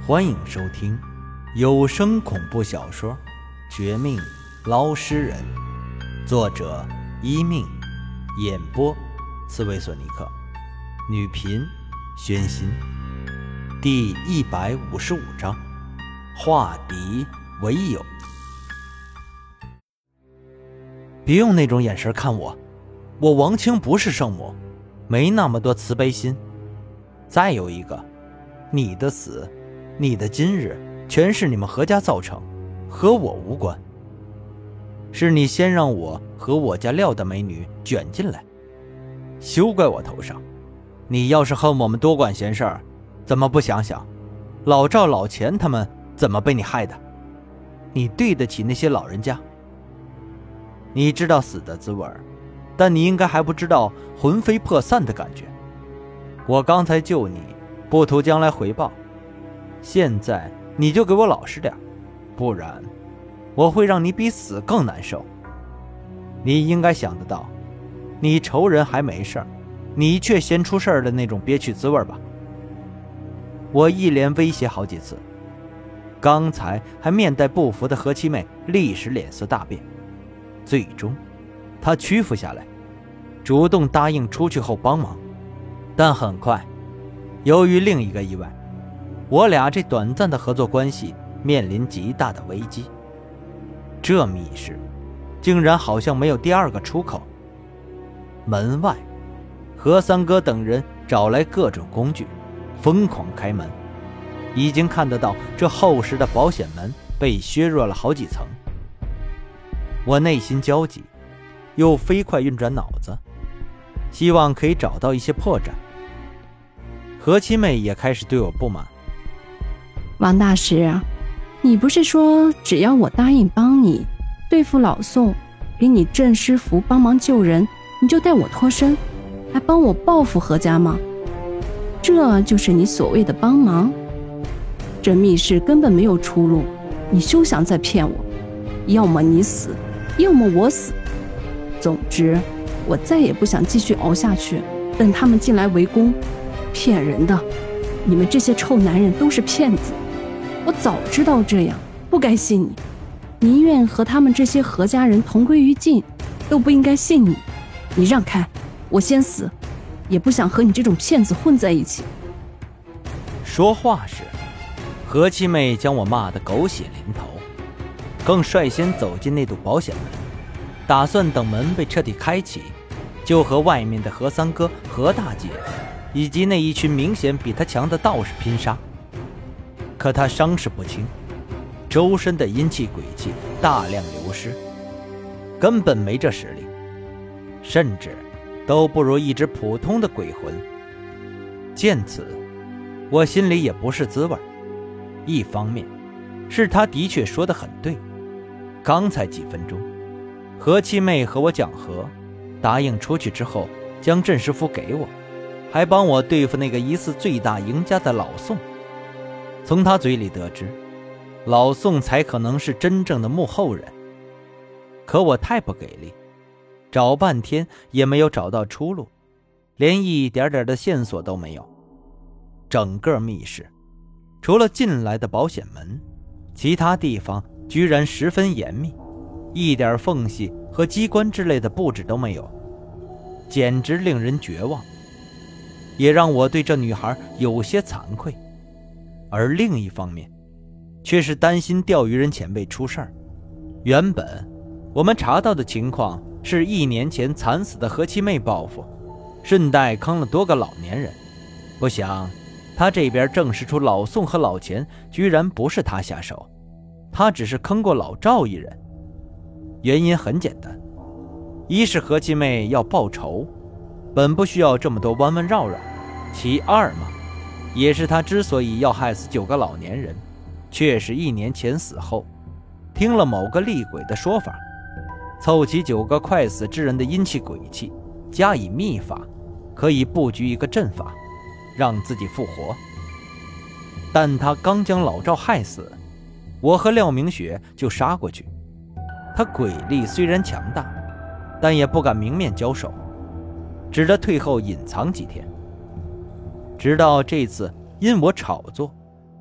欢迎收听有声恐怖小说《绝命捞尸人》，作者一命，演播刺猬索尼克，女频宣心。第155章，化敌为友。别用那种眼神看我，我王清不是圣母，没那么多慈悲心。再有一个，你的死，你的今日，全是你们何家造成，和我无关。是你先让我和我家廖的美女卷进来，休怪我头上。你要是恨我们多管闲事儿，怎么不想想老赵老钱他们怎么被你害的？你对得起那些老人家？你知道死的滋味，但你应该还不知道魂飞魄散的感觉。我刚才救你，不图将来回报，现在你就给我老实点，不然我会让你比死更难受。你应该想得到，你仇人还没事儿，你却先出事儿的那种憋屈滋味吧。我一连威胁好几次，刚才还面带不服的何七妹立时脸色大变，最终她屈服下来，主动答应出去后帮忙。但很快，由于另一个意外，我俩这短暂的合作关系面临极大的危机。这密室竟然好像没有第二个出口。门外，何三哥等人找来各种工具，疯狂开门。已经看得到这厚实的保险门被削弱了好几层。我内心焦急，又飞快运转脑子，希望可以找到一些破绽。何七妹也开始对我不满。 王大师，你不是说只要我答应帮你对付老宋，给你郑师傅帮忙救人，你就带我脱身，还帮我报复何家吗？这就是你所谓的帮忙？这密室根本没有出路，你休想再骗我，要么你死，要么我死。总之，我再也不想继续熬下去，等他们进来围攻。骗人的，你们这些臭男人都是骗子，我早知道这样，不该信你，宁愿和他们这些何家人同归于尽，都不应该信你。你让开，我先死，也不想和你这种骗子混在一起。 说话时，何七妹将我骂得狗血淋头，更率先走进那堵保险门，打算等门被彻底开启，就和外面的何三哥、何大姐以及那一群明显比他强的道士拼杀。可他伤势不轻，周身的阴气鬼气大量流失，根本没这实力，甚至都不如一只普通的鬼魂。见此，我心里也不是滋味。一方面是他的确说得很对，刚才几分钟何七妹和我讲和，答应出去之后将镇师傅给我，还帮我对付那个疑似最大赢家的老宋。从他嘴里得知，老宋才可能是真正的幕后人。可我太不给力，找半天也没有找到出路，连一点点的线索都没有。整个密室除了进来的保险门，其他地方居然十分严密，一点缝隙和机关之类的布置都没有，简直令人绝望，也让我对这女孩有些惭愧。而另一方面却是担心钓鱼人前辈出事儿。原本我们查到的情况是1年前惨死的何七妹报复，顺带坑了多个老年人，不想他这边证实出老宋和老钱居然不是他下手，他只是坑过老赵一人。原因很简单，一是何七妹要报仇，本不需要这么多弯弯绕绕，其二嘛，也是他之所以要害死9个老年人，却是1年前死后听了某个厉鬼的说法，凑齐9个快死之人的阴气鬼气，加以秘法，可以布局一个阵法让自己复活。但他刚将老赵害死，我和廖明雪就杀过去。他鬼力虽然强大，但也不敢明面交手，只得退后隐藏几天。直到这次因我炒作，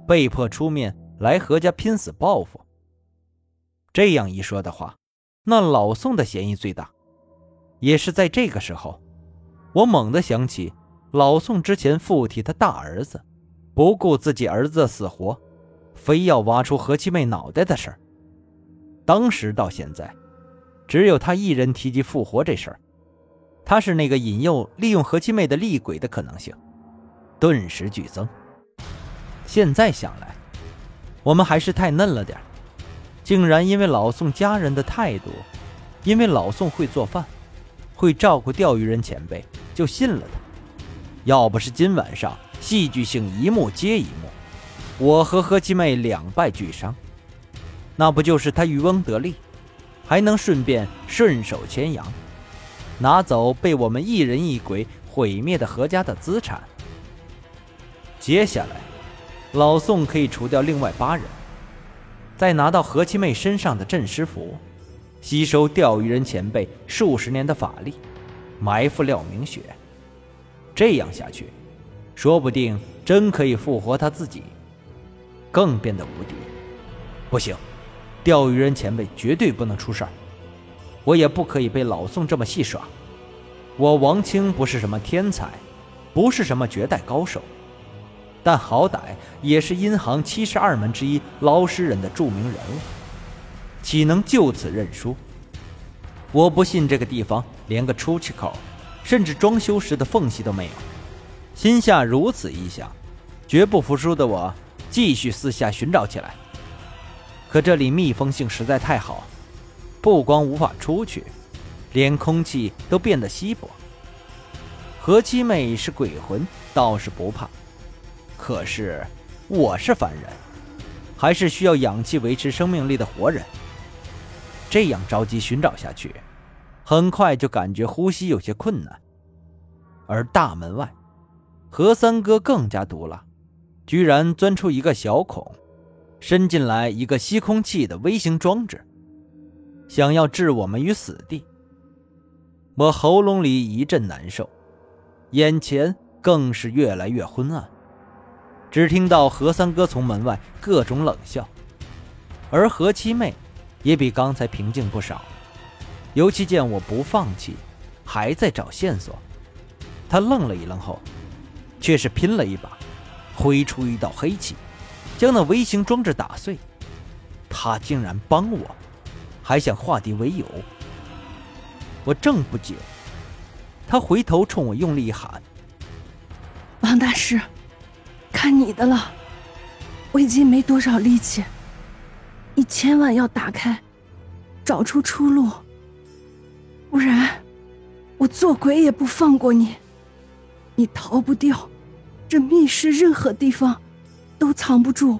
被迫出面来何家拼死报复。这样一说的话，那老宋的嫌疑最大。也是在这个时候，我猛地想起老宋之前附体他大儿子，不顾自己儿子的死活，非要挖出何七妹脑袋的事儿。当时到现在，只有他一人提及复活这事儿，他是那个引诱利用何七妹的厉鬼的可能性顿时剧增。现在想来，我们还是太嫩了点，竟然因为老宋家人的态度，因为老宋会做饭，会照顾钓鱼人前辈，就信了他。要不是今晚上戏剧性一幕接一幕，我和何七妹两败俱伤，那不就是他渔翁得利，还能顺便顺手牵羊，拿走被我们一人一鬼毁灭的何家的资产。接下来老宋可以除掉另外8人，再拿到何七妹身上的镇尸符，吸收钓鱼人前辈数十年的法力，埋伏廖明雪。这样下去，说不定真可以复活他自己，更变得无敌。不行，钓鱼人前辈绝对不能出事儿，我也不可以被老宋这么戏耍。我王清不是什么天才，不是什么绝代高手，但好歹也是阴行72门之一捞尸人的著名人物，岂能就此认输？我不信这个地方连个出气口，甚至装修时的缝隙都没有。心下如此一想，绝不服输的我继续四下寻找起来。可这里密封性实在太好，不光无法出去，连空气都变得稀薄。何七妹是鬼魂倒是不怕，可是我是凡人，还是需要氧气维持生命力的活人。这样着急寻找下去，很快就感觉呼吸有些困难。而大门外，何三哥更加毒辣，居然钻出一个小孔，伸进来一个吸空气的微型装置，想要置我们于死地。我喉咙里一阵难受，眼前更是越来越昏暗，只听到何三哥从门外各种冷笑，而何七妹也比刚才平静不少，尤其见我不放弃，还在找线索，她愣了一愣后，却是拼了一把，挥出一道黑气，将那微型装置打碎。她竟然帮我，还想化敌为友。我正不解，她回头冲我用力一喊：“ 王大师，看你的了，我已经没多少力气，你千万要打开，找出出路，不然我做鬼也不放过你。你逃不掉，这密室任何地方都藏不住。”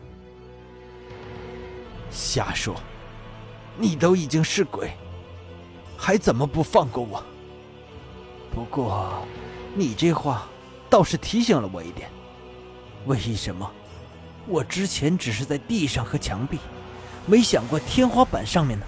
瞎说，你都已经是鬼，还怎么不放过我？不过你这话倒是提醒了我一点，为什么我之前只是在地上和墙壁，没想过天花板上面呢？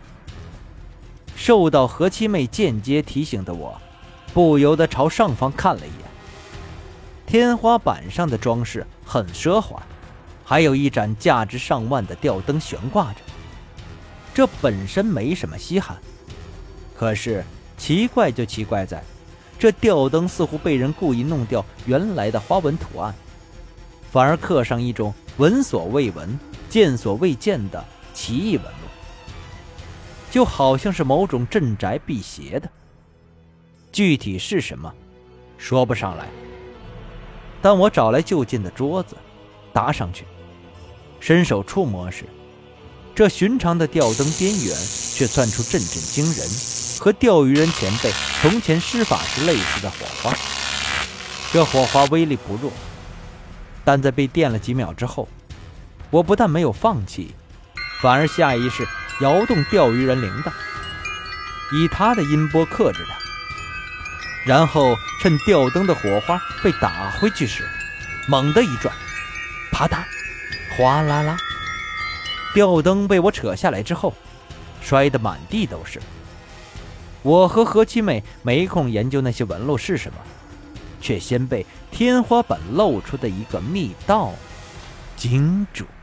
受到何七妹间接提醒的我，不由得朝上方看了一眼。天花板上的装饰很奢华，还有一盏价值上万的吊灯悬挂着。这本身没什么稀罕，可是奇怪就奇怪在，这吊灯似乎被人故意弄掉原来的花纹图案，反而刻上一种闻所未闻、见所未见的奇异纹路，就好像是某种镇宅辟邪的。具体是什么，说不上来。但我找来就近的桌子，搭上去，伸手触摸时，这寻常的吊灯边缘却窜出阵阵惊人和钓鱼人前辈从前施法时类似的火花。这火花威力不弱，但在被电了几秒之后，我不但没有放弃，反而下意识摇动钓鱼人铃铛，以他的音波克制它。然后趁吊灯的火花被打回去时，猛地一转，啪嗒，哗啦啦，吊灯被我扯下来之后，摔得满地都是。我和何七妹没空研究那些纹路是什么，却先被天花板露出的一个密道金主。